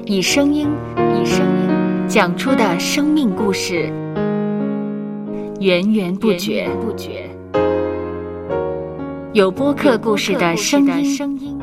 以声音讲出的生命故事，源源不绝。有播客故事的声音。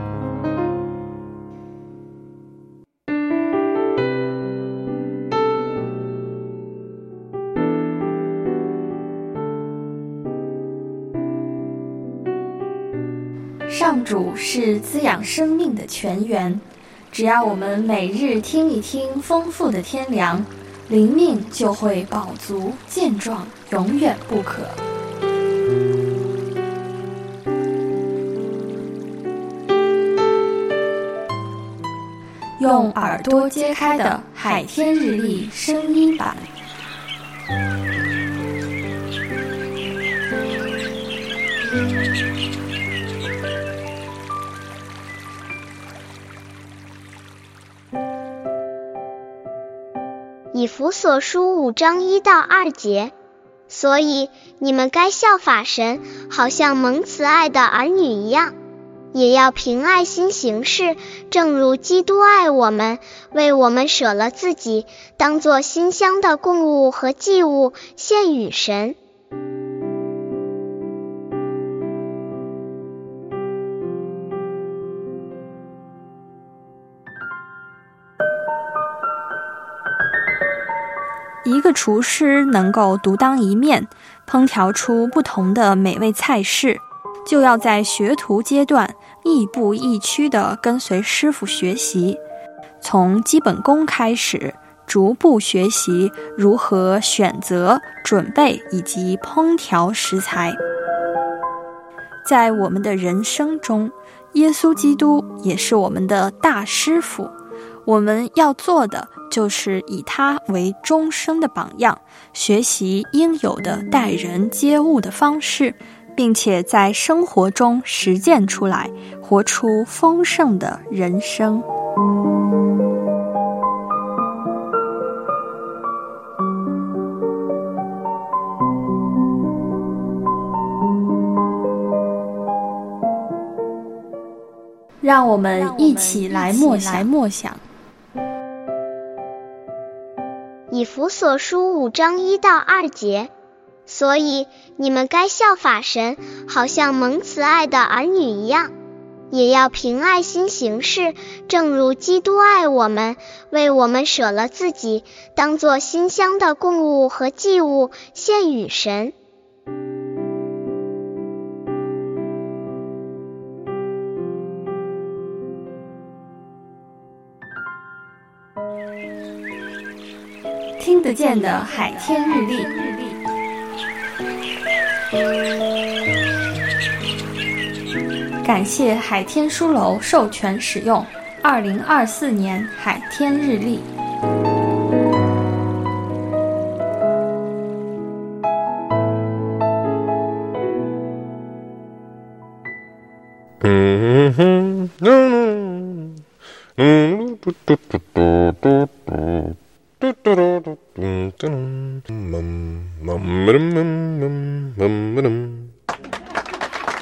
上主是滋养生命的泉源，只要我们每日听一听丰富的天粮，灵命就会饱足健壮，永远不渴。用耳朵揭开的海天日历声音版。 以弗所书5章1到2节，所以你们该效法神，好像蒙慈爱的儿女一样，也要凭爱心行事，正如基督爱我们，为我们舍了自己，当作馨香的供物和祭物，献与神。 一个厨师能够独当一面，烹调出不同的美味菜式，就要在学徒阶段亦步亦趋地跟随师傅学习，从基本功开始，逐步学习如何选择、准备以及烹调食材。在我们的人生中，耶稣基督也是我们的大师傅，我们要做的就是以他为终生的榜样，学习应有的待人接物的方式，并且在生活中实践出来，活出丰盛的人生。让我们一起来默想。 以弗所书5章1到2节，所以你们该效法神，好像蒙慈爱的儿女一样，也要凭爱心行事，正如基督爱我们，为我们舍了自己，当作馨香的供物和祭物，献与神。 听得见的海天日历，感谢海天书楼授权使用2024年海天日历。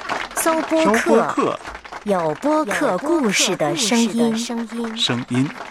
搜播客，有播客故事的声音。